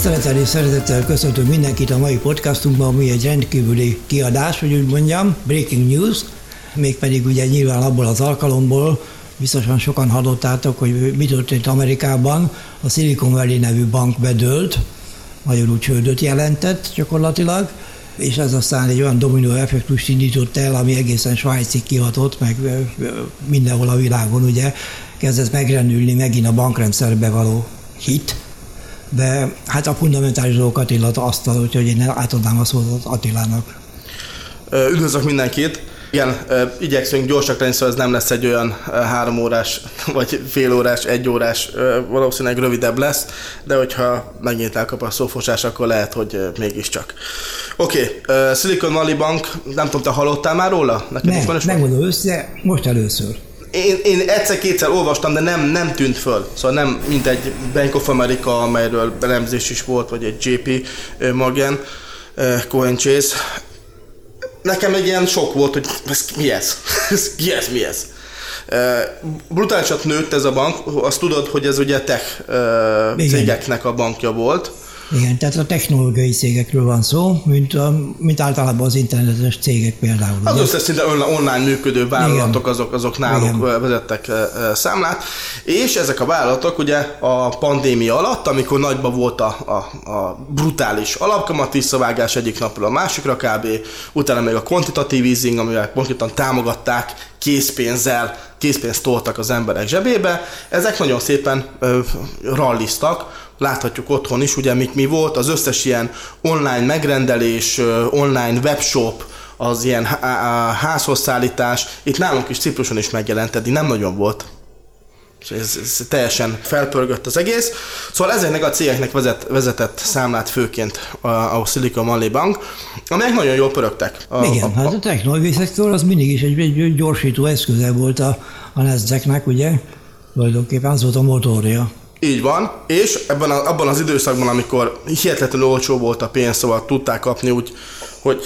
Tisztelettel és szeretettel köszöntök mindenkit a mai podcastunkban, ami egy rendkívüli kiadás, hogy úgy mondjam, Breaking News, mégpedig ugye nyilván abból az alkalomból, biztosan sokan hallottátok, hogy mi történt Amerikában, a Silicon Valley nevű bank bedőlt, magyarul csődöt jelentett gyakorlatilag, és ez aztán egy olyan dominó effektust indított el, ami egészen Svájcig kihatott, meg mindenhol a világon ugye kezdett megrendülni megint a bankrendszerbe való hit, de hát a fundamentális dolgok Attila asztal, úgyhogy én átadnám a szót Attilának. Üdvözlök mindenkit! Igen, igyekszünk gyorsak lenni, szóval ez nem lesz egy olyan 3 órás, vagy fél órás, 1 órás, valószínűleg rövidebb lesz, de hogyha megint elkap a szófosás, akkor lehet, hogy mégiscsak. Oké, Silicon Valley Bank, nem tudom, te hallottál már róla? Megmondom össze, most először. Én egyszer-kétszer olvastam, de nem tűnt föl. Szóval nem, mint egy Bank of America, amelyről elemzés is volt, vagy egy JP Morgan, Cohen Chase. Nekem egy ilyen sok volt, hogy mi ez? Brutálisan nőtt ez a bank, azt tudod, hogy ez ugye tech cégeknek a bankja volt. Igen, tehát a technológiai cégekről van szó, mint általában az internetes cégek például. Az összes szinte online működő vállalatok, azok náluk vezettek számlát, és ezek a vállalatok ugye a pandémia alatt, amikor nagyban volt a brutális alapkamat visszavágás egyik napról a másikra kb., utána még a quantitative easing, amivel konkrétan támogatták készpénzt toltak az emberek zsebébe, ezek nagyon szépen ralliztak. Láthatjuk otthon is, ugye mi volt, az összes ilyen online megrendelés, online webshop, az ilyen házhozszállítás, itt nálunk is Cipruson is megjelent, eddig nem nagyon volt. És ez teljesen felpörgött az egész. Szóval ezeknek a cégeknek vezetett számlát főként a Silicon Valley Bank, amelyek nagyon jól pörögtek. A technológiai szektor az mindig is egy gyorsító eszköze volt a Nasdaqnek, ugye? Tulajdonképpen az volt a motorja. Így van, és abban az időszakban, amikor hihetetlenül olcsó volt a pénz, szóval tudták kapni úgy, hogy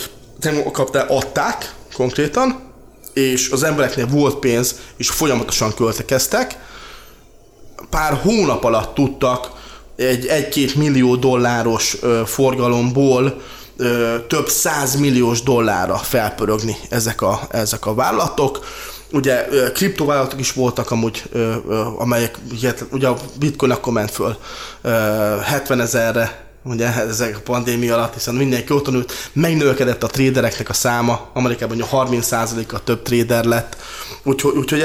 adták konkrétan, és az embereknél volt pénz, és folyamatosan költekeztek. Pár hónap alatt tudtak egy 1-2 millió dolláros forgalomból több 100 milliós dollárra felpörögni ezek a vállalatok. Ugye kriptovállalatok is voltak amúgy, amelyek ugye a bitcoin akkor ment föl 70 000-re, ugye ezek a pandémia alatt, hiszen mindenki otthon ült, megnövekedett a tradereknek a száma, Amerikában 30%-a több trader lett, úgyhogy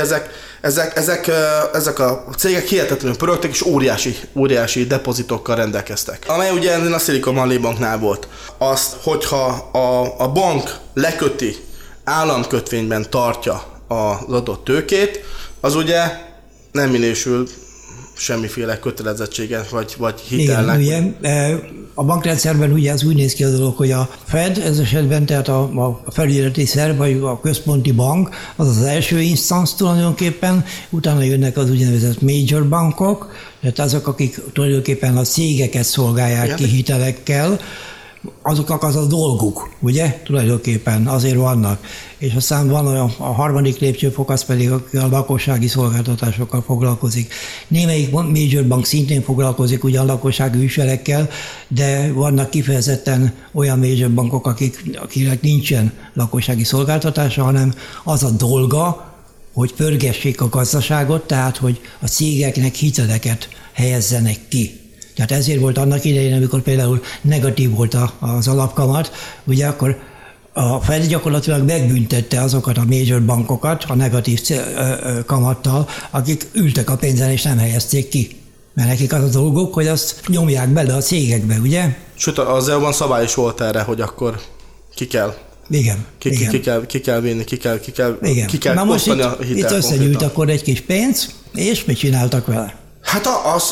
ezek a cégek hihetetlenül pörögtek, és óriási depozitokkal rendelkeztek. Amely ugye a Silicon Valley Banknál volt. Azt, hogyha a bank leköti, államkötvényben tartja az adott tőkét, az ugye nem minősül semmiféle kötelezettséget vagy hitelnek. Igen, ugye, a bankrendszerben ugye az úgy néz ki a dolog, hogy a Fed, ez esetben tehát a felügyeleti szerv, vagy a központi bank, az első instanc tulajdonképpen, utána jönnek az úgynevezett major bankok, tehát azok, akik tulajdonképpen a cégeket szolgálják ki hitelekkel, azoknak az a dolguk, ugye? Tulajdonképpen azért vannak. És aztán van olyan, a harmadik lépcsőfok, az pedig a lakossági szolgáltatásokkal foglalkozik. Némelyik major bank szintén foglalkozik ugyan lakossági ügyfelekkel, de vannak kifejezetten olyan major bankok, akiknek nincsen lakossági szolgáltatása, hanem az a dolga, hogy pörgessék a gazdaságot, tehát hogy a cégeknek hiteleket helyezzenek ki. Tehát ezért volt annak idején, amikor például negatív volt az alapkamat, ugye akkor a Fed gyakorlatilag megbüntette azokat a major bankokat a negatív kamattal, akik ültek a pénzen és nem helyezték ki. Mert nekik az a dolgok, hogy azt nyomják bele a cégekbe, ugye? Sőt, az EU-ban szabály is volt erre, hogy akkor ki kell. Igen. Ki kell vinni, ki kell Na most itt összegyűjt akkor egy kis pénz, és mit csináltak vele? Hát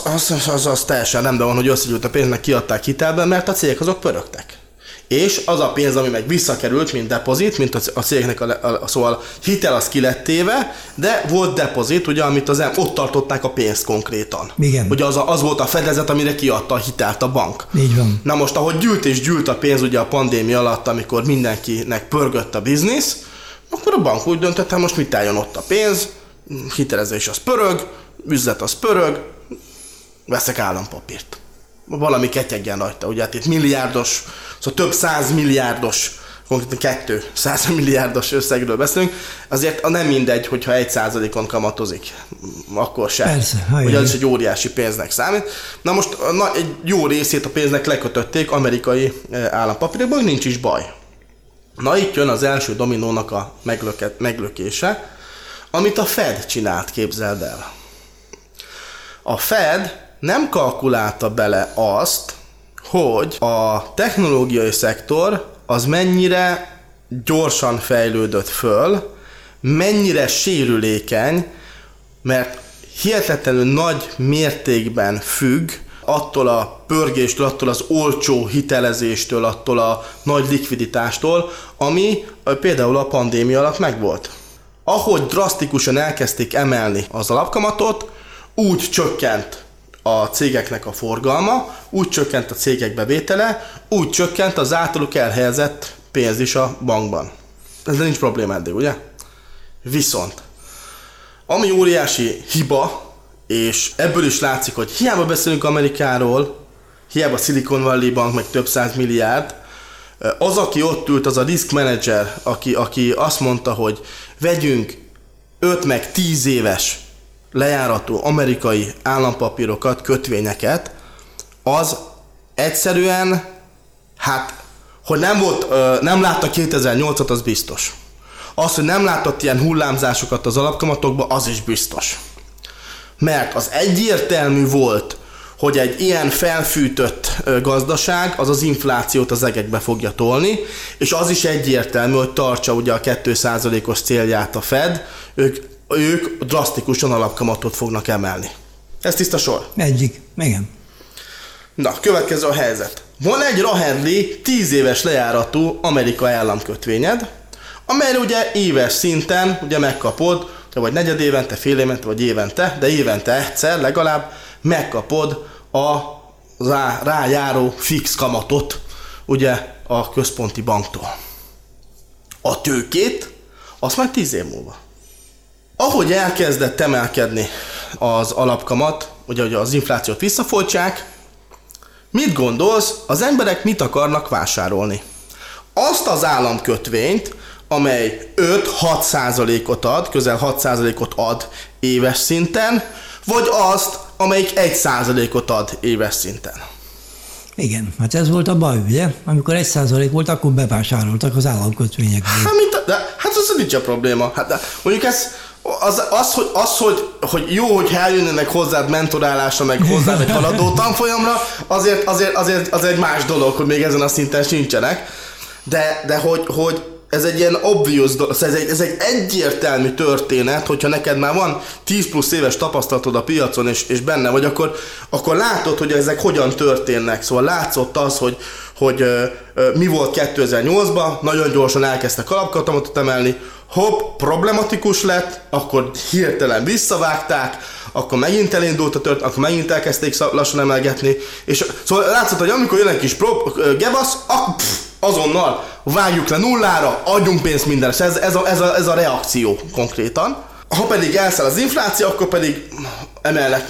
az teljesen rendben van, hogy összegyűjt a pénznek, kiadták hitelben, mert a cégek azok pörögtek. És az a pénz, ami meg visszakerült, mint depozit, mint a cégnek szóval hitel az ki lett téve, de volt depozit, ugye, amit ott tartották a pénzt konkrétan. Igen. Ugye az volt a fedezet, amire kiadta a hitelt a bank. Így van. Na most, ahogy gyűlt a pénz ugye a pandémia alatt, amikor mindenkinek pörgött a biznisz, akkor a bank úgy döntött, hogy most mit álljon ott a pénz, hitelezés az pörög, üzlet az pörög, veszek állampapírt. valami ketyegjen rajta. Ugye hát itt milliárdos, szóval több 100 milliárdos, konkrétan 200 milliárdos összegről beszélünk, azért nem mindegy, hogyha 1%-on kamatozik, akkor sem. Persze, ugye az is egy óriási pénznek számít. Na most egy jó részét a pénznek lekötötték amerikai állampapírokban, nincs is baj. Na itt jön az első dominónak a meglökése, amit a Fed csinált, képzeld el. A Fed nem kalkulálta bele azt, hogy a technológiai szektor az mennyire gyorsan fejlődött föl, mennyire sérülékeny, mert hihetetlenül nagy mértékben függ attól a pörgéstől, attól az olcsó hitelezéstől, attól a nagy likviditástól, ami például a pandémia alatt megvolt. Ahogy drasztikusan elkezdték emelni az alapkamatot, úgy csökkent a cégeknek a forgalma, úgy csökkent a cégek bevétele, úgy csökkent az általuk elhelyezett pénz is a bankban. Ezzel nincs probléma eddig, ugye? Viszont, ami óriási hiba, és ebből is látszik, hogy hiába beszélünk Amerikáról, hiába Silicon Valley Bank, meg több 100 milliárd, az, aki ott ült, az a risk manager, aki azt mondta, hogy vegyünk 5 meg 10 éves lejáratú amerikai állampapírokat, kötvényeket, az egyszerűen, hát, hogy nem látta 2008-at, az biztos. Az, hogy nem látott ilyen hullámzásokat az alapkamatokban, az is biztos. Mert az egyértelmű volt, hogy egy ilyen felfűtött gazdaság az inflációt az egekbe fogja tolni, és az is egyértelmű, hogy tartsa ugye a 2%-os célját a Fed, ők drasztikusan alapkamatot fognak emelni. Ez tiszta sor? Egyik, igen. Na, következő a helyzet. Van egy Rahedli 10 éves lejáratú amerikai államkötvényed, amelyre ugye éves szinten ugye megkapod, vagy negyedévente, fél évente, vagy évente, de évente egyszer legalább megkapod a rájáró fix kamatot ugye a központi banktól. A tőkét, azt meg 10 év múlva. Ahogy elkezdett emelkedni az alapkamat, ugye hogy az inflációt visszafolytsák, mit gondolsz, az emberek mit akarnak vásárolni? Azt az államkötvényt, amely 5-6%-ot ad, közel 6%-ot ad éves szinten, vagy azt, amelyik 1%-ot ad éves szinten. Igen, hát ez volt a baj, ugye? Amikor 1% volt, akkor bevásároltak az államkötvényekből. Hát az nincs a probléma. Hát, de mondjuk ez, hogy jó, hogy eljönnek hozzád mentorálásra, meg hozzád egy haladó tanfolyamra, azért egy más dolog, hogy még ezen a szinten sincsenek. De hogy ez egy ilyen obvious dolog, ez egy egyértelmű történet, hogyha neked már van 10 plusz éves tapasztalatod a piacon, és benne vagy, akkor látod, hogy ezek hogyan történnek. Szóval látszott az, hogy mi volt 2008-ban, nagyon gyorsan elkezdtek alapkamatot emelni, hopp, problematikus lett, akkor hirtelen visszavágták, akkor megint elindult a történet, akkor megint elkezdték lassan emelgetni, és szóval látszott, hogy amikor jön egy kis gebasz, azonnal vágjuk le nullára, adjunk pénzt mindenre. Ez a reakció konkrétan. Ha pedig elszáll az infláció, akkor pedig emelnek,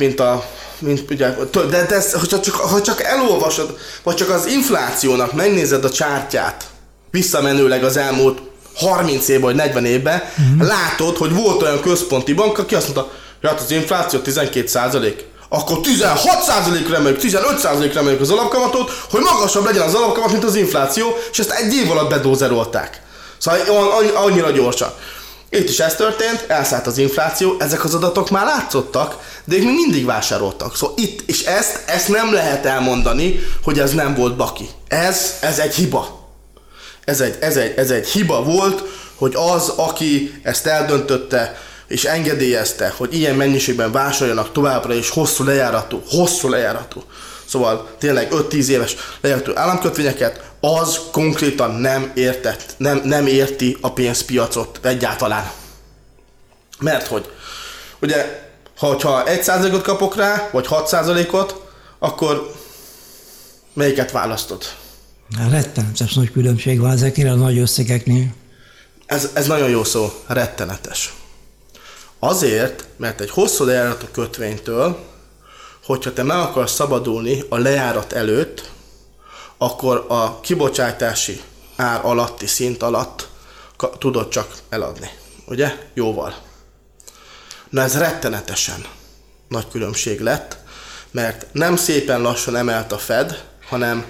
de ha csak elolvasod, vagy csak az inflációnak megnézed a csártyát, visszamenőleg az elmúlt 30 évben vagy 40 évben, látod, hogy volt olyan központi bank, aki azt mondta, hogy hát az infláció 12%, akkor 16%-ra emeljük, 15%-ra emeljük az alapkamatot, hogy magasabb legyen az alapkamat, mint az infláció, és ezt egy év alatt bedózerolták. Szóval annyira gyorsan. Itt is ez történt, elszállt az infláció, ezek az adatok már látszottak, de ők még mindig vásároltak. Szóval itt, és ezt nem lehet elmondani, hogy ez nem volt baki. Ez egy hiba. Ez egy hiba volt, hogy az, aki ezt eldöntötte, és engedélyezte, hogy ilyen mennyiségben vásároljanak továbbra is hosszú lejáratú. Szóval tényleg 5-10 éves lejáratú államkötvényeket, az konkrétan nem érti a pénzpiacot egyáltalán. Mert hogy, ugye, ha 1%-ot kapok rá, vagy 6%-ot, akkor melyiket választod? Rettenetes nagy különbség van ezeknél a nagy összegeknél. Ez nagyon jó szó, rettenetes. Azért, mert egy hosszú lejáratú kötvénytől, hogyha te meg akarsz szabadulni a lejárat előtt, akkor a kibocsátási ár alatti szint alatt tudod csak eladni. Ugye? Jóval. Na ez rettenetesen nagy különbség lett, mert nem szépen lassan emelt a Fed, hanem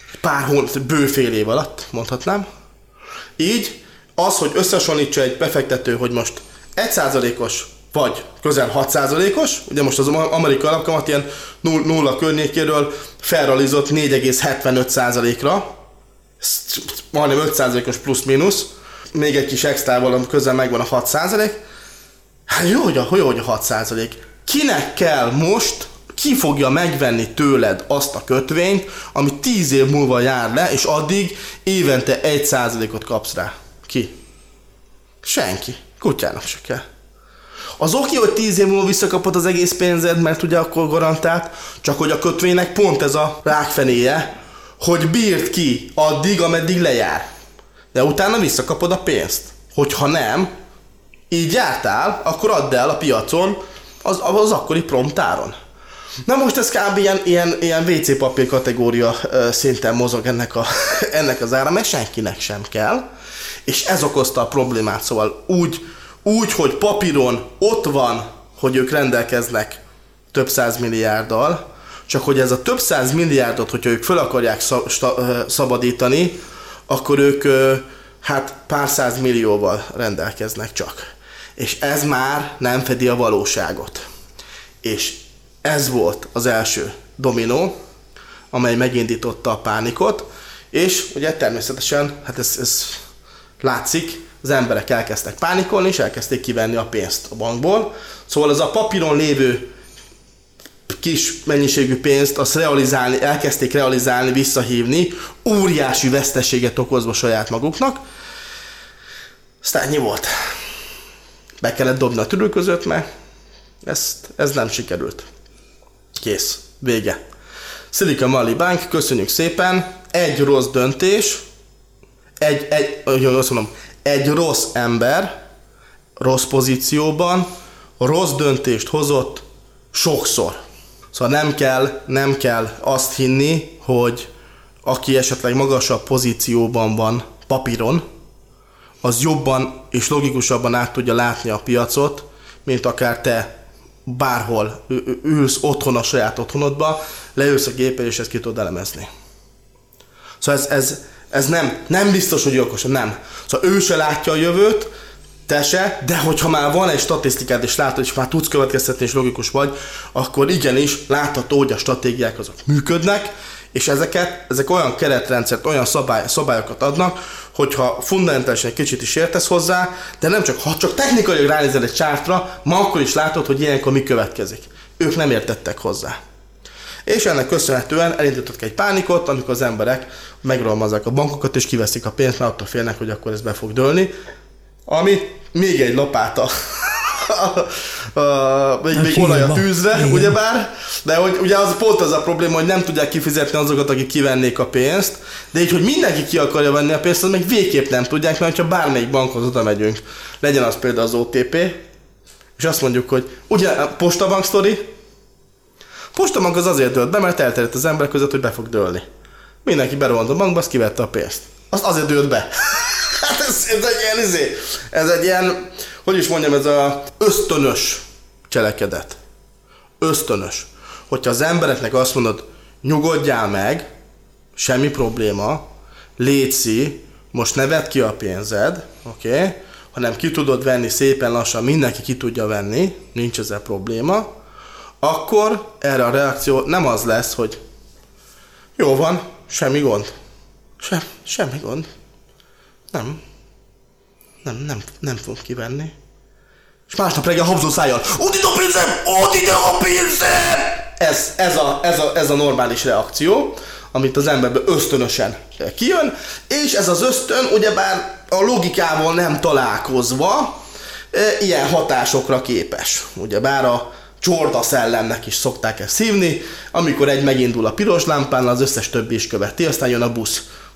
bőfél év alatt, mondhatnám. Így az, hogy összehasonlítsa egy befektető, hogy most 1%-os vagy közel 6%-os, ugye most az amerikai alapkamat ilyen 0 környékéről felrealizott 4,75%-ra, majdnem 5%-os plusz-minusz, még egy kis extrával, közel megvan a 6%. Hát jó, hogy a 6%. Kinek kell most, ki fogja megvenni tőled azt a kötvényt, ami 10 év múlva jár le, és addig évente 1%-ot kapsz rá? Ki? Senki. Kutyának se kell. Az oké, hogy 10 év múlva visszakapod az egész pénzed, mert ugye akkor garantált, csak hogy a kötvénynek pont ez a rákfenéje, hogy bírd ki addig, ameddig lejár. De utána visszakapod a pénzt. Hogyha nem, így jártál, akkor add el a piacon az akkori promptáron. Na most ez kb. Ilyen WC papír kategória szinten mozog ennek az ára, mert senkinek sem kell. És ez okozta a problémát, szóval úgy, hogy papíron ott van, hogy ők rendelkeznek több 100 milliárddal, csak hogy ez a több 100 milliárdot, hogyha ők föl akarják szabadítani, akkor ők hát pár 100 millióval rendelkeznek csak. És ez már nem fedi a valóságot. És ez volt az első dominó, amely megindította a pánikot, és ugye természetesen, hát ez látszik, az emberek elkezdtek pánikolni, és elkezdték kivenni a pénzt a bankból. Szóval ez a papíron lévő kis mennyiségű pénzt azt elkezdték realizálni, visszahívni, óriási veszteséget okozva saját maguknak. Aztán ennyi volt. Be kellett dobni a tüdő között, mert ez nem sikerült. Kész. Vége. Silicon Valley Bank, köszönjük szépen. Egy rossz döntés, egy rossz ember, rossz pozícióban, rossz döntést hozott sokszor. Szóval nem kell azt hinni, hogy aki esetleg magasabb pozícióban van papíron, az jobban és logikusabban át tudja látni a piacot, mint akár te bárhol ülsz otthon a saját otthonodba, leülsz a gépen és ezt ki tudod elemezni. Szóval ez nem biztos, hogy okosan, nem. Szóval ő se látja a jövőt, te se, de hogyha már van egy statisztikád, és látod, és már tudsz következtetni, és logikus vagy, akkor igenis látható, hogy a stratégiák azok működnek, és ezek olyan keretrendszert, olyan szabályokat adnak, hogyha fundamentálisan egy kicsit is értesz hozzá, de nem csak, ha csak technikailag ránézel egy csártra, ma akkor is látod, hogy ilyenkor mi következik. Ők nem értettek hozzá. És ennek köszönhetően elindítottak egy pánikot, amikor az emberek megrohamozzák a bankokat, és kiveszik a pénzt, mert attól félnek, hogy akkor ez be fog dőlni. Ami még egy lapáta, még olaj a tűzre, ugyebár, de hogy ugye az pont az a probléma, hogy nem tudják kifizetni azokat, akik kivennék a pénzt, de így, hogy mindenki ki akarja venni a pénzt, az meg végképp nem tudják, mert ha bármelyik bankhoz oda megyünk, legyen az például az OTP, és azt mondjuk, hogy ugye a postabank sztori, postabank az azért dőlt be, mert elterjedt az emberek között, hogy be fog dőlni. Mindenki berohant a bankba, azt kivette a pénzt. Azt azért dőlt be. Hát ez egy ilyen, hogy is mondjam, ez az ösztönös cselekedet. Ösztönös. Hogyha az embereknek azt mondod, nyugodjál meg, semmi probléma, létszi, most ne vedd ki a pénzed, oké? Hanem ki tudod venni szépen lassan, mindenki ki tudja venni, nincs ezzel probléma, akkor erre a reakció nem az lesz, hogy jó van, semmi gond. Semmi gond. Nem fogom kivenni. És másnap reggel habzó szájjal, odd ide a pénzem! Odd ide a pénzem! Ez a normális reakció, amit az emberből ösztönösen kijön, és ez az ösztön, ugyebár a logikával nem találkozva, ilyen hatásokra képes. Ugyebár a csorda szellemnek is szokták ezt hívni, amikor egy megindul a piros lámpán, az összes többi is követi, aztán jön a busz.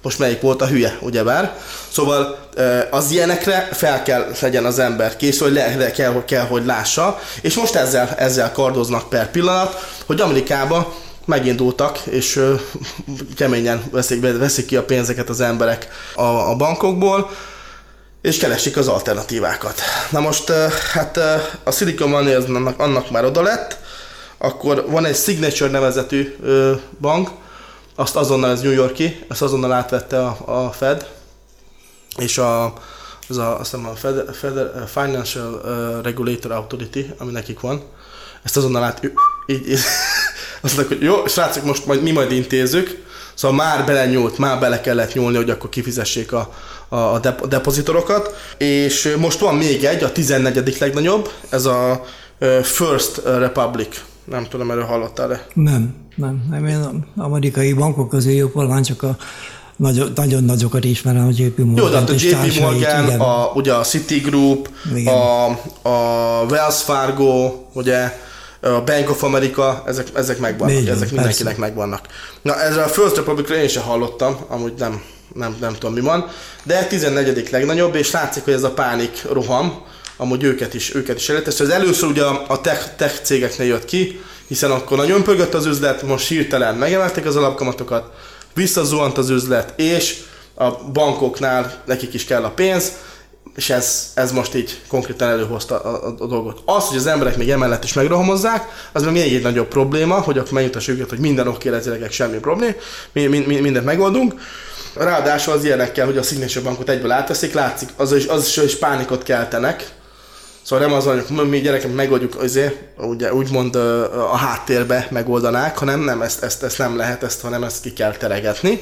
most melyik volt a hülye, ugyebár. Szóval az ilyenekre fel kell legyen az ember kész, hogy kell, hogy lássa, és most ezzel kardoznak per pillanat, hogy Amerikába megindultak, és keményen veszik ki a pénzeket az emberek a bankokból, és keresik az alternatívákat. Na most, hát a Silicon Valley annak már oda lett, akkor van egy Signature nevezetű bank, azt azonnal, ez New York-i, ezt azonnal átvette a Fed, és azt hiszem a Financial Regulator Authority, ami nekik van, ezt azonnal így azt mondták, hogy jó, srácok, most mi majd intézzük, szóval már bele kellett nyúlni, hogy akkor kifizessék a depozitorokat, és most van még egy, a 14. legnagyobb, ez a First Republic. Nem tudom, erről hallottál-e? Nem. Én az amerikai bankok közül jobban csak a nagyon nagyokat ismerem, a JP Morgan. Jó, de a JP Morgan, ugye a Citigroup, a Wells Fargo, ugye a Bank of America, ezek megvannak, igen, ezek mindenkinek megvannak. Na, ezzel a First Republicra én sem hallottam, amúgy nem tudom mi van, de 14. legnagyobb, és látszik, hogy ez a pánik roham, amúgy őket is elérte. Ez először ugye a tech cégeknél jött ki, hiszen akkor nagyon pörgött az üzlet, most hirtelen megemelték az alapkamatokat, visszazuhant az üzlet, és a bankoknál nekik is kell a pénz, és ez most így konkrétan előhozta a dolgot. Az, hogy az emberek még emellett is megrohamozzák, az még egy nagyobb probléma, hogy akkor megnyugtassuk őket, hogy minden oké, lesz, semmi probléma, mindent megoldunk. Ráadásul az ilyenekkel, hogy a Signature bankot egyből átveszik, látszik, az is pánikot keltenek. Szóval nem az van, hogy mi gyerekek megoldjuk úgymond a háttérbe megoldanák, hanem nem, ezt nem lehet, hanem ezt ki kell teregetni.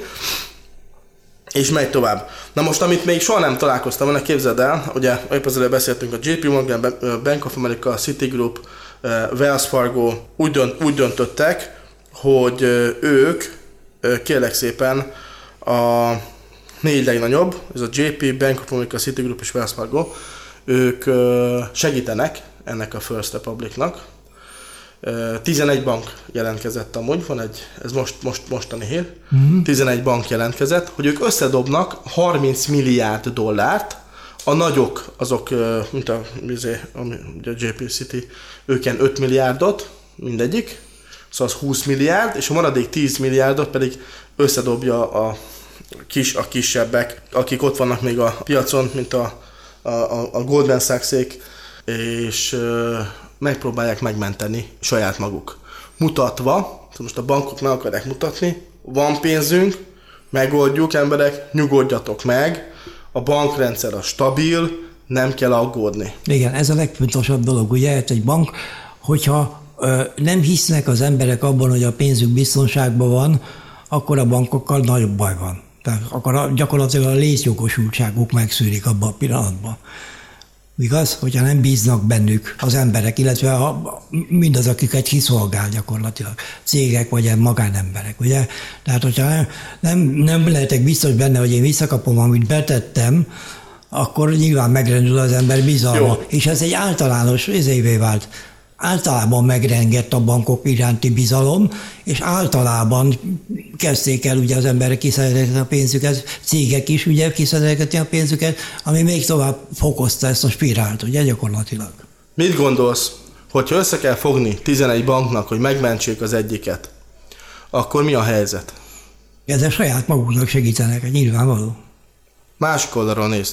És megy tovább. Na most, amit még soha nem találkoztam volna, képzeld el, ugye épp ezzel beszéltünk a JP Morgan, Bank of America, Citigroup, Wells Fargo úgy döntöttek, hogy ők kérlek szépen a 4 legnagyobb, ez a JP, Bank of America, Citigroup és Wells Fargo, ők segítenek ennek a First Republicnak. 11 bank jelentkezett amúgy, van ez mostani hír. 11 bank jelentkezett, hogy ők összedobnak 30 milliárd dollárt, a nagyok, azok, mint a JP City, ők 5 milliárdot, mindegyik, szóval az 20 milliárd, és a maradék 10 milliárdot pedig összedobja a kisebbek, akik ott vannak még a piacon, mint a Goldman Sachs-ék, és megpróbálják megmenteni saját maguk. Mutatva, most a bankok meg akarják mutatni, van pénzünk, megoldjuk emberek, nyugodjatok meg, a bankrendszer a stabil, nem kell aggódni. Igen, ez a legfontosabb dolog, ugye, egy bank, hogyha nem hisznek az emberek abban, hogy a pénzük biztonságban van, akkor a bankokkal nagyobb baj van. Tehát akkor gyakorlatilag a létjogosultságuk megszűnik abban a pillanatban. Igaz? Hogyha nem bíznak bennük az emberek, illetve mindaz, akiket kiszolgál gyakorlatilag. Cégek vagy magánemberek, ugye? Tehát, hogyha nem lehetek biztos benne, hogy én visszakapom, amit betettem, akkor nyilván megrendül az ember bizalma. Jó. És ez egy általános évé vált. Általában megrengett a bankok iránti bizalom, és általában kezdték el ugye az emberek kiszedni a pénzüket, cégek is ugye kiszedni a pénzüket, ami még tovább fokozta ezt a spirált, ugye gyakorlatilag. Mit gondolsz, hogyha össze kell fogni 11 banknak, hogy megmentsék az egyiket, akkor mi a helyzet? Ezzel saját maguknak segítenek, nyilvánvaló. Másik oldalról nézd.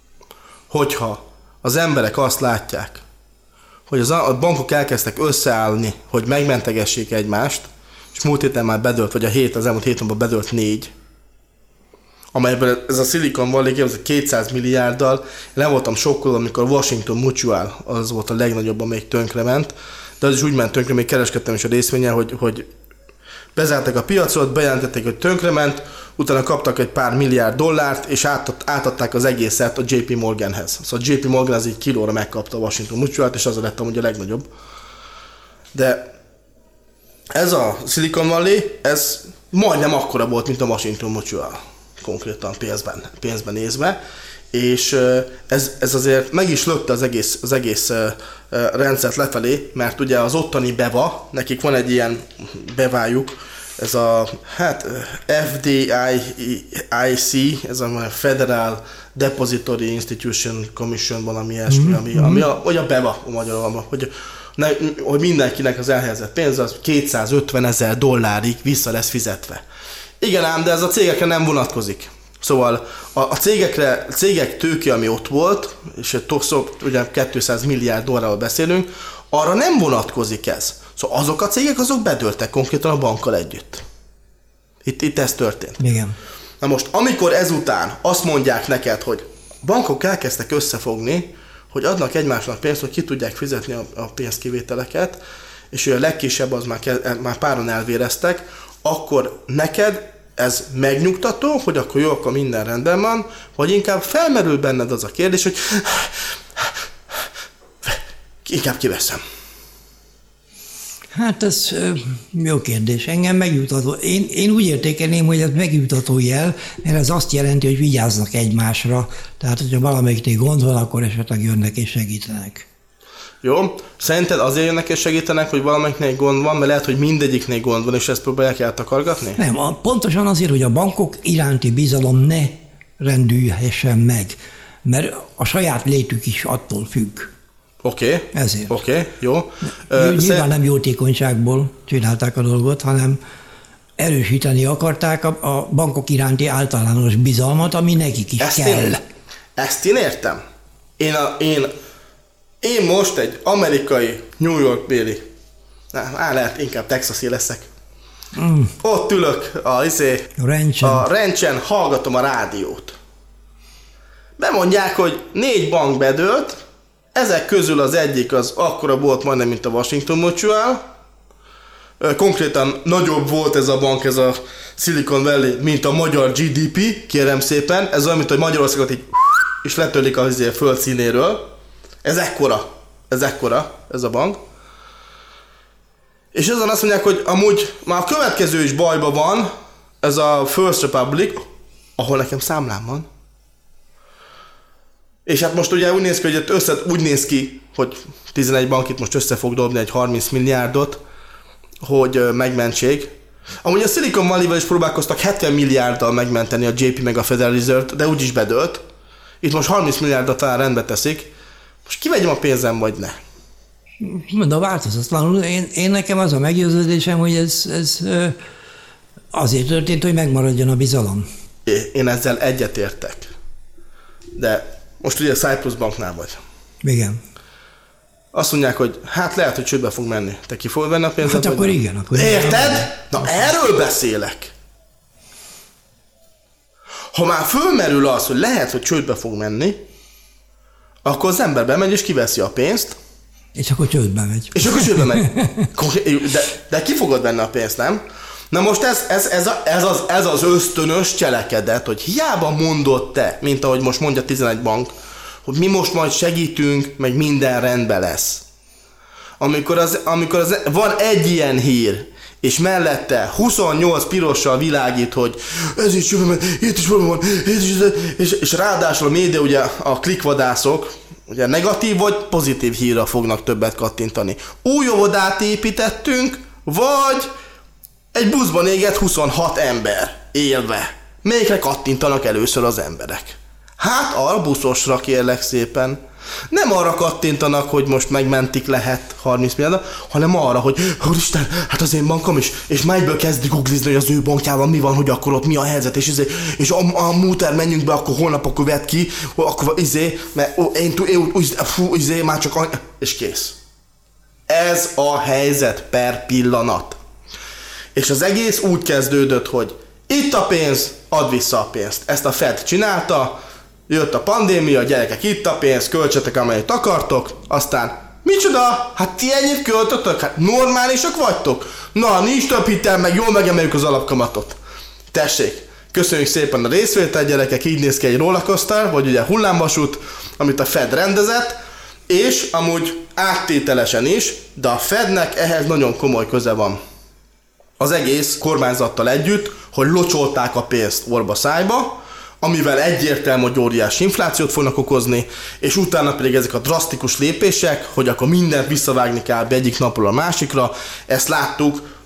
Hogyha az emberek azt látják, hogy a bankok elkezdtek összeállni, hogy megmentegessék egymást, és múlt héten már bedőlt, vagy az elmúlt hétben bedőlt 4, amelyből ez a Silicon Valley 200 milliárddal, le voltam sokkolva, amikor Washington Mutual, az volt a legnagyobb, amelyik tönkrement, de az is úgy ment tönkre, még kereskedtem is a részvényen, hogy bezártak a piacot, bejelentették, hogy tönkrement, utána kaptak egy pár milliárd dollárt, és átadták az egészet a JP Morganhez. Szóval a JP Morgan az így kilóra megkapta a Washington Mutual-t, és az lett amúgy a legnagyobb. De ez a Silicon Valley, ez majdnem akkora volt, mint a Washington Mutual, konkrétan pénzben nézve, és ez azért meg is lökte az egész rendszert lefelé, mert ugye az ottani beva, nekik van egy ilyen bevájuk, ez a FDIC, ez a Federal Depository Institution Commission, valami ilyesmi, ami a BEVA a magyarul, hogy mindenkinek az elhelyezett pénz az $250,000 vissza lesz fizetve. Igen ám, de ez a cégekre nem vonatkozik. Szóval a cégek tőke, ami ott volt, és ugye $200 milliárd beszélünk, arra nem vonatkozik ez. Szóval azok a cégek, azok bedőltek konkrétan a bankkal együtt. Itt ez történt. Igen. Na most, amikor ezután azt mondják neked, hogy bankok elkezdtek összefogni, hogy adnak egymásnak pénzt, hogy ki tudják fizetni a pénzkivételeket, és hogy a legkisebb az már páran elvéreztek, akkor neked ez megnyugtató, hogy akkor jó, akkor minden rendben van, vagy inkább felmerül benned az a kérdés, hogy inkább kiveszem. Hát ez jó kérdés. Engem megjutató. Én úgy értékelném, hogy ez megjutató jel, mert ez azt jelenti, hogy vigyáznak egymásra. Tehát, hogyha valamelyiknél gond van, akkor esetleg jönnek és segítenek. Jó. Szerinted azért jönnek és segítenek, hogy valamelyiknél gond van, mert lehet, hogy mindegyiknél gond van, és ezt próbálják eltakargatni? Nem, pontosan azért, hogy a bankok iránti bizalom ne rendülhessen meg, mert a saját létük is attól függ. Oké. Ezért. Oké, jó. Nyilván nem jótékonyságból csinálták a dolgot, hanem erősíteni akarták a bankok iránti általános bizalmat, ami nekik is kell. Ezt én értem. Én most egy amerikai New York-béli, lehet inkább texasi leszek. Ott ülök a rencsen, hallgatom a rádiót. Bemondják, hogy 4 bank bedőlt, ezek közül az egyik az akkora volt majdnem, mint a Washington Mutual. Konkrétan nagyobb volt ez a bank, ez a Silicon Valley, mint a magyar GDP, kérem szépen. Ez olyan, mint hogy Magyarországot így és letörlik a föld színéről. Ez ekkora, ez a bank. És ezen azt mondják, hogy amúgy már a következő is bajban van, ez a First Republic, ahol nekem számlám van. És hát most ugye úgy néz ki, hogy 11 bank itt most össze fog dobni egy 30 milliárdot, hogy megmentsék. Amúgy a Silicon Valley-vel is próbálkoztak 70 milliárddal megmenteni a JP meg a Federal Reserve, de úgyis bedőlt. Itt most 30 milliárddal talán rendbe teszik. Most kivegyem a pénzem, vagy ne? De változatlanul. Én nekem az a meggyőződésem, hogy ez azért történt, hogy megmaradjon a bizalom. Én ezzel egyetértek. De most ugye a Cyprus Banknál vagy. Igen. Azt mondják, hogy hát lehet, hogy csődbe fog menni. Te ki fogod venni a pénzed? Hát akkor igen. Akkor érted? Na erről beszélek. Ha már fölmerül az, hogy lehet, hogy csődbe fog menni, akkor az ember bemegy és kiveszi a pénzt. És akkor csődbe megy. De ki fogod venni a pénzt, nem? Na most ez az ösztönös cselekedet, hogy hiába mondod te, mint ahogy most mondja 11 bank, hogy mi most majd segítünk, meg minden rendben lesz. Amikor van egy ilyen hír, és mellette 28 pirossal világít, hogy ez is jövő, itt is van, és ráadásul a média, ugye a klikvadászok, ugye negatív vagy pozitív hírra fognak többet kattintani. Új óvodát építettünk, vagy egy buszban égett 26 ember élve. Melyikre kattintanak először az emberek? Hát a buszosra, kérlek szépen. Nem arra kattintanak, hogy most megmentik lehet 30 milliárd, hanem arra, hogy úristen, hát az én bankom is, és már egyből kezdik googlizni, hogy az ő bankjában mi van, hogy akkor ott mi a helyzet, és a múter menjünk be, akkor holnap akkor vedd ki, akkor mert én már csak és kész. Ez a helyzet per pillanat. És az egész úgy kezdődött, hogy itt a pénz, add vissza a pénzt. Ezt a Fed csinálta, jött a pandémia, gyerekek, itt a pénz, költsetek amennyit akartok, aztán micsoda? Hát ti ennyit költötök? Hát normálisak vagytok? Na, nincs több hitel, meg jól megemeljük az alapkamatot. Tessék, köszönjük szépen a részvételt, gyerekek, így néz ki egy rollercoaster, vagy ugye hullámvasút, amit a Fed rendezett, és amúgy áttételesen is, de a Fednek ehhez nagyon komoly köze van. Az egész kormányzattal együtt, hogy locsolták a pénzt orba szájba, amivel egyértelmű, hogy óriási inflációt fognak okozni, és utána pedig ezek a drasztikus lépések, hogy akkor mindent visszavágni kell egyik napról a másikra, ezt láttuk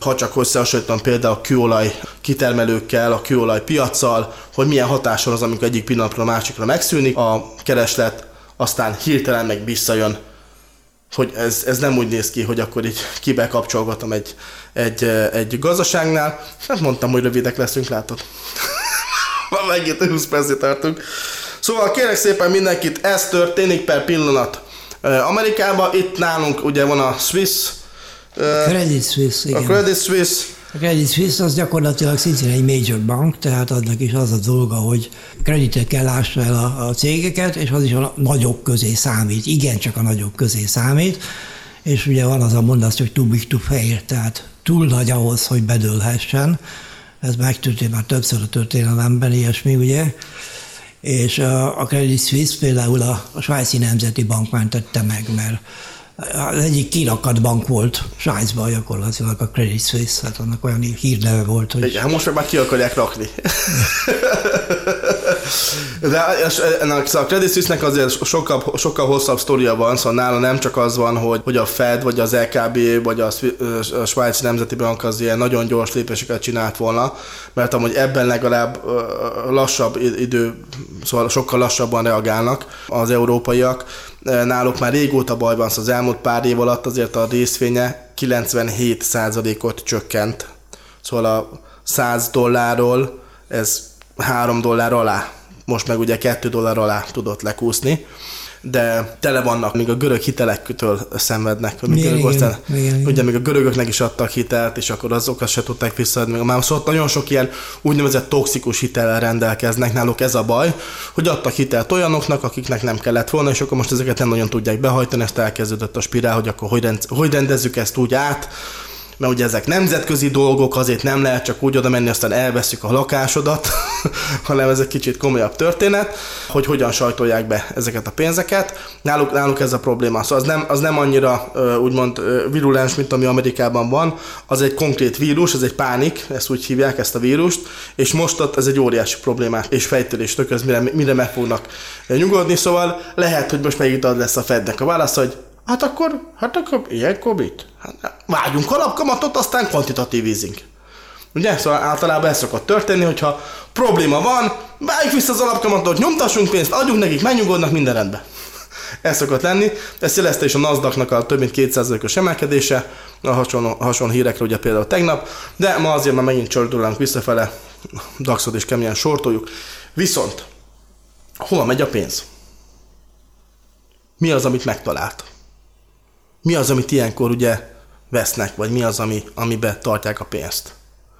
ha csak összehasonlítom például a kőolaj kitermelőkkel, a kőolaj piaccal, hogy milyen hatással az, amikor egyik pillanatról a másikra megszűnik a kereslet, aztán hirtelen meg visszajön, hogy ez nem úgy néz ki, hogy akkor így kibekapcsolgatom egy gazdaságnál. Hát mondtam, hogy rövidek leszünk, látod. Megint 20 percig tartunk. Szóval kérek szépen mindenkit, ez történik per pillanat Amerikában. Itt nálunk ugye van a Swiss. Credit Suisse, igen. A Credit Suisse. A Credit Suisse az gyakorlatilag szintén egy major bank, tehát annak is az a dolga, hogy kreditekkel lássa el a cégeket, és az is a nagyok közé számít, igencsak a nagyok közé számít, és ugye van az a mondat, hogy too big to fail, tehát túl nagy ahhoz, hogy bedőlhessen. Ez megtörtént már többször a történelemben, ilyesmi, ugye? És a Credit Suisse például a Svájci Nemzeti Bank mentette meg, mert az egyik kirakat bank volt Svájcban gyakorlatilag a Credit Suisse, hát annak olyan hírneve volt, hogy... Igen, most meg már ki akarják rakni. De ennek a Credit Suisse-nek azért sokkal hosszabb sztoria van, szóval nála nem csak az van, hogy a Fed, vagy az LKB, vagy a Svájci Nemzeti Bank az ilyen nagyon gyors lépéseket csinált volna, mert amúgy ebben legalább lassabb idő, szóval sokkal lassabban reagálnak az európaiak. Náluk már régóta baj van, szóval az elmúlt pár év alatt azért a részvénye 97%-ot csökkent. Szóval a $100 ez $3 alá, most meg ugye $2 alá tudott lekúszni, de tele vannak, még a görög hitelektől szenvednek. Ugye még a görögöknek is adtak hitelt, és akkor azokat se tudták visszaadni. Már szóval nagyon sok ilyen úgynevezett toxikus hitellel rendelkeznek, náluk ez a baj, hogy adtak hitelt olyanoknak, akiknek nem kellett volna, és akkor most ezeket nem nagyon tudják behajtani, ezt elkezdődött a spirál, hogy akkor hogy rendezzük ezt úgy át, mert ugye ezek nemzetközi dolgok, azért nem lehet csak úgy oda menni, aztán elveszük a lakásodat, hanem ez egy kicsit komolyabb történet, hogy hogyan sajtolják be ezeket a pénzeket. Náluk ez a probléma. Szóval az nem annyira úgymond virulens, mint ami Amerikában van, az egy konkrét vírus, ez egy pánik, ezt úgy hívják, ezt a vírust, és most ott ez egy óriási problémát és fejtörést okoz, mire meg fognak nyugodni, szóval lehet, hogy most megint az lesz a Fednek a válasz, hogy hát akkor ilyenkor mit? Hát, vágyunk alapkamatot, aztán kvantitatív easing. Ugye? Szóval általában ez szokott történni, hogyha probléma van, vágjuk vissza az alapkamatot, nyomtassunk pénzt, adjunk nekik, megnyugodnak, minden rendben. Ez szokott lenni. Ezt jelezte is a Nasdaqnak a több mint 2%-os emelkedése, a hasonló hírekre ugye például tegnap, de ma azért már megint csordulunk visszafele, DAX-ot is keményen sortoljuk. Viszont, hova megy a pénz? Mi az, amit megtalált? Mi az, amit ilyenkor ugye vesznek, vagy mi az, amiben tartják a pénzt?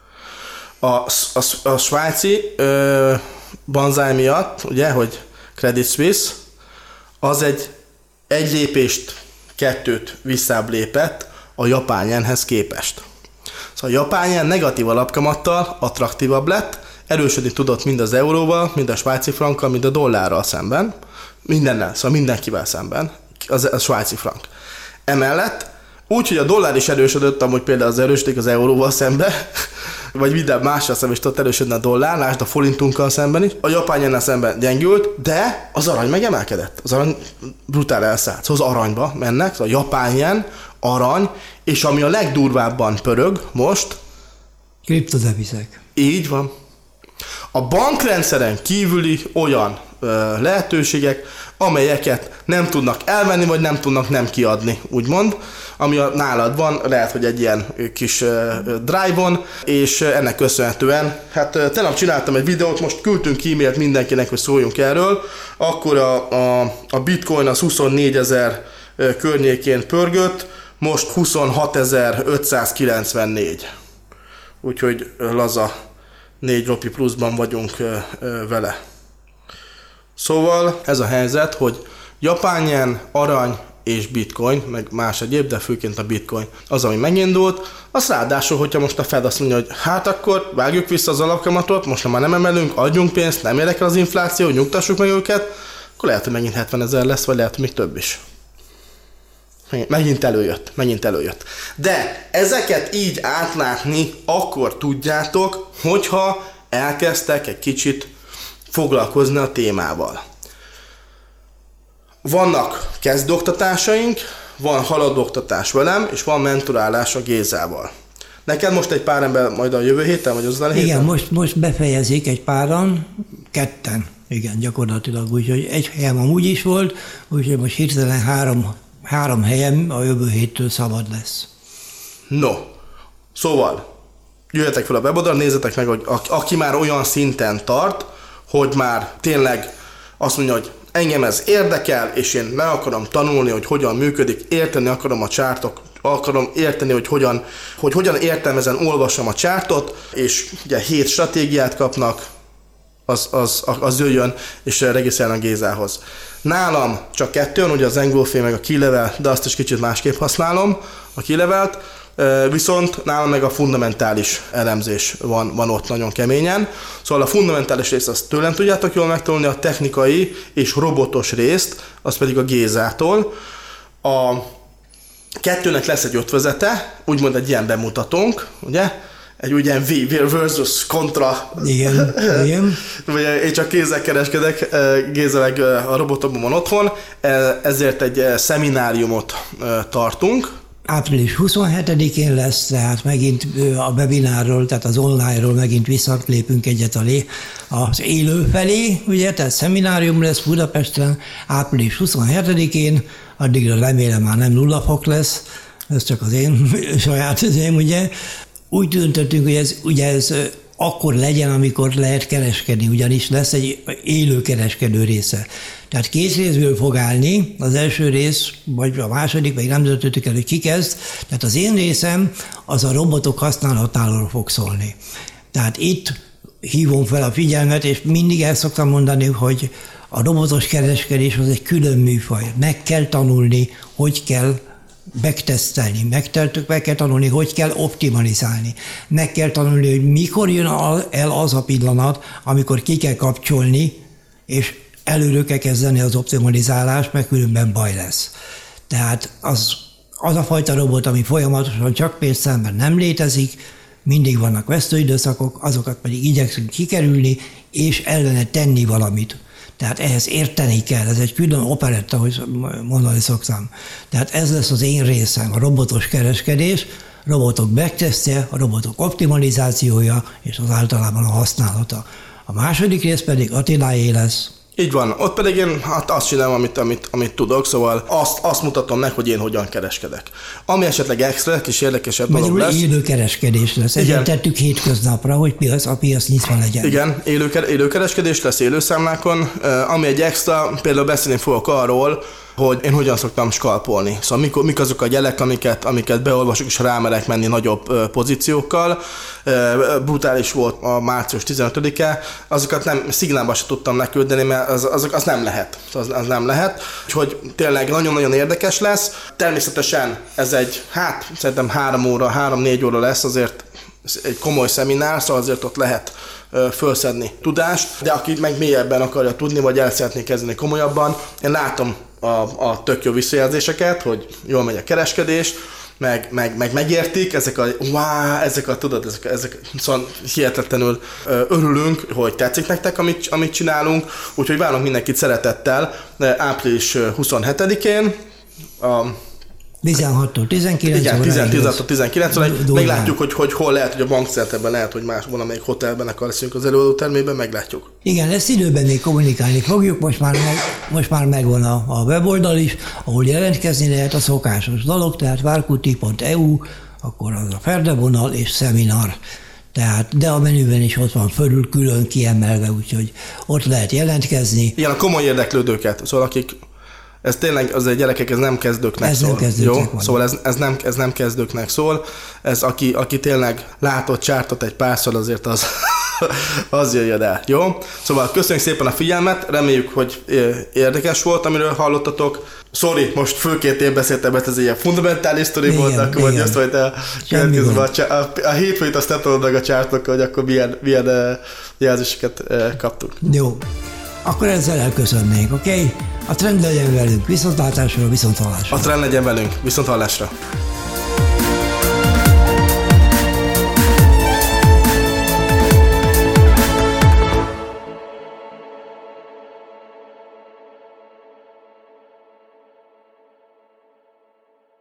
A svájci banzáj miatt, ugye, hogy Credit Suisse, az egy lépést, kettőt visszább lépett a japán jenhez képest. Szóval a japán jen negatív alapkamattal attraktívabb lett, erősödni tudott mind az euróval, mind a svájci frankkal, mind a dollárral szemben, mindennel, szóval mindenkivel szemben, a svájci frank. Emellett úgy, hogy a dollár is erősödött, amúgy például az erősödik az euróval szembe, vagy minden mással szemben is tudott erősödni a dollár, lásd a forintunkkal szemben is. A japán jennel szemben gyengült, de az arany megemelkedett. Az arany brutál elszállt. Szóval az aranyba mennek, szóval a japán jen, arany, és ami a legdurvábban pörög most... Kriptodevizek. Így van. A bankrendszeren kívüli olyan lehetőségek, amelyeket nem tudnak elvenni, vagy nem tudnak nem kiadni, úgymond, ami nálad van, lehet, hogy egy ilyen kis drive-on, és ennek köszönhetően, hát tegnap csináltam egy videót, most küldtünk e-mailt mindenkinek, hogy szóljunk erről, akkor a bitcoin az 24 000 környékén pörgött, most 26 594. Úgyhogy laza 4 ropi pluszban vagyunk vele. Szóval ez a helyzet, hogy japán jen, arany és bitcoin, meg más egyéb, de főként a bitcoin az, ami megindult. Az ráadásul, hogyha most a Fed azt mondja, hogy hát akkor vágjuk vissza az alapkamatot, most már nem emelünk, adjunk pénzt, nem érdekel az infláció, nyugtassuk meg őket, akkor lehet, hogy megint 70 000 lesz, vagy lehet, hogy még több is. Megint előjött. De ezeket így átlátni akkor tudjátok, hogyha elkezdtek egy kicsit foglalkozni a témával. Vannak kezdőoktatásaink, van haladó oktatás velem, és van mentorálás a Gézával. Neked most egy pár ember majd a jövő héten, vagy az utána héten? Igen, most befejezik egy páran, 2. Igen, gyakorlatilag. Úgyhogy egy helyem amúgy is volt, úgyhogy most hirtelen 3 helyem a jövő héttől szabad lesz. No, szóval jöjjetek fel a weboldalra, nézzetek meg, hogy aki már olyan szinten tart, hogy már tényleg azt mondja, hogy engem ez érdekel, és én meg akarom tanulni, hogy hogyan működik, érteni akarom a chartok, akarom érteni, hogy hogyan értelmezen, olvasom a chartot, és ugye 7 stratégiát kapnak, az jöjjön, és regisztráljon a Gézához. Nálam csak 2, ugye az Engulfé meg a Keylevel, de azt is kicsit másképp használom, a Keylevelt, viszont nálam meg a fundamentális elemzés van ott nagyon keményen. Szóval a fundamentális részt azt tőlem tudjátok jól megtanulni, a technikai és robotos részt, az pedig a Gézától. A 2-nek lesz egy ötvözete, úgymond egy ilyen bemutatónk, ugye? Egy ilyen versus kontra. Igen. Én csak kézzel kereskedek, Géza meg a robotokban van otthon, ezért egy szemináriumot tartunk. Április 27-én lesz, tehát megint a webinárról, tehát az online-ról megint visszalépünk egyet az élő felé, ugye, tehát szeminárium lesz Budapesten április 27-én, addigra remélem már nem 0 fok lesz, ez csak az én saját özém, ugye. Úgy döntöttünk, hogy ez akkor legyen, amikor lehet kereskedni, ugyanis lesz egy élő kereskedő része. Tehát 2 részből fog állni, az első rész, vagy a második, még nem döntöttük el, hogy ki kezd. Tehát az én részem az a robotok használatáról fog szólni. Tehát itt hívom fel a figyelmet, és mindig el szoktam mondani, hogy a robotos kereskedés az egy külön műfaj. Meg kell tanulni, hogy kell megtesztelni, meg kell tanulni, hogy kell optimalizálni. Meg kell tanulni, hogy mikor jön el az a pillanat, amikor ki kell kapcsolni, és előre kell kezdeni az optimalizálást, mert különben baj lesz. Tehát az a fajta robot, ami folyamatosan csak pénzszámban nem létezik, mindig vannak vesztőidőszakok, azokat pedig igyekszünk kikerülni, és ellene tenni valamit. Tehát ehhez érteni kell, ez egy külön operetta, hogy mondani szoktam. Tehát ez lesz az én részem, a robotos kereskedés, robotok backtesztje, a robotok optimalizációja, és az általában a használata. A második rész pedig Attiláé lesz. Így van, ott pedig én azt csinálom, amit tudok, szóval azt mutatom meg, hogy én hogyan kereskedek. Ami esetleg extra, kis érdekesebb dolog lesz. Élő kereskedés lesz. Ezért tettük hétköznapra, hogy a piac nyitva legyen. Igen, élő kereskedés lesz élőszámlákon. Ami egy extra, például beszélni fogok arról, hogy én hogyan szoktam skalpolni. Szóval mik azok a jelek, amiket beolvasok, és rámerek menni nagyobb pozíciókkal. Brutális volt a március 15-e, azokat nem szignálba se tudtam leküldeni, mert az nem lehet. Az nem lehet. Úgyhogy tényleg nagyon-nagyon érdekes lesz. Természetesen ez szerintem 3-4 óra lesz, azért egy komoly szeminár, szóval azért ott lehet fölszedni tudást, de aki meg mélyebben akarja tudni, vagy el szeretné kezdeni komolyabban, én látom a tök jó visszajelzéseket, hogy jól megy a kereskedés, meg megértik, ezek szóval hihetetlenül örülünk, hogy tetszik nektek, amit csinálunk, úgyhogy várunk mindenkit szeretettel április 27-én, 16-tól 19 igen, óráig. 16-tól 19 óráig. Meglátjuk, hogy hol lehet, hogy a bankszerteben lehet, hogy valamelyik hotelben akarszunk az előadótermében, meglátjuk. Igen, ezt időben még kommunikálni fogjuk, most már megvan a weboldal is, ahol jelentkezni lehet a szokásos dolog, tehát várkuti.eu, akkor az a ferdevonal és szeminar. Tehát, de a menüben is ott van fölül külön kiemelve, úgyhogy ott lehet jelentkezni. Igen, a komoly érdeklődőket, szóval akik ez tényleg, azért gyerekek, ez nem kezdőknek szól. Jó? Szóval ez nem kezdőknek szól. Ez aki tényleg látott csártot egy párszor, azért az jöjjön el. Jó? Szóval köszönjük szépen a figyelmet, reméljük, hogy érdekes volt, amiről hallottatok. Sorry, most főként én beszéltem, mert ez egy ilyen fundamentális sztori volt, akkor mondja azt, hogy a hétfőt azt nem tudod meg a csártokkal, hogy akkor milyen jelzéseket kaptuk. Jó. Akkor ezzel elköszönnénk, oké? A trend legyen velünk, viszontlátásra, viszonthallásra. A trend legyen velünk, viszonthallásra.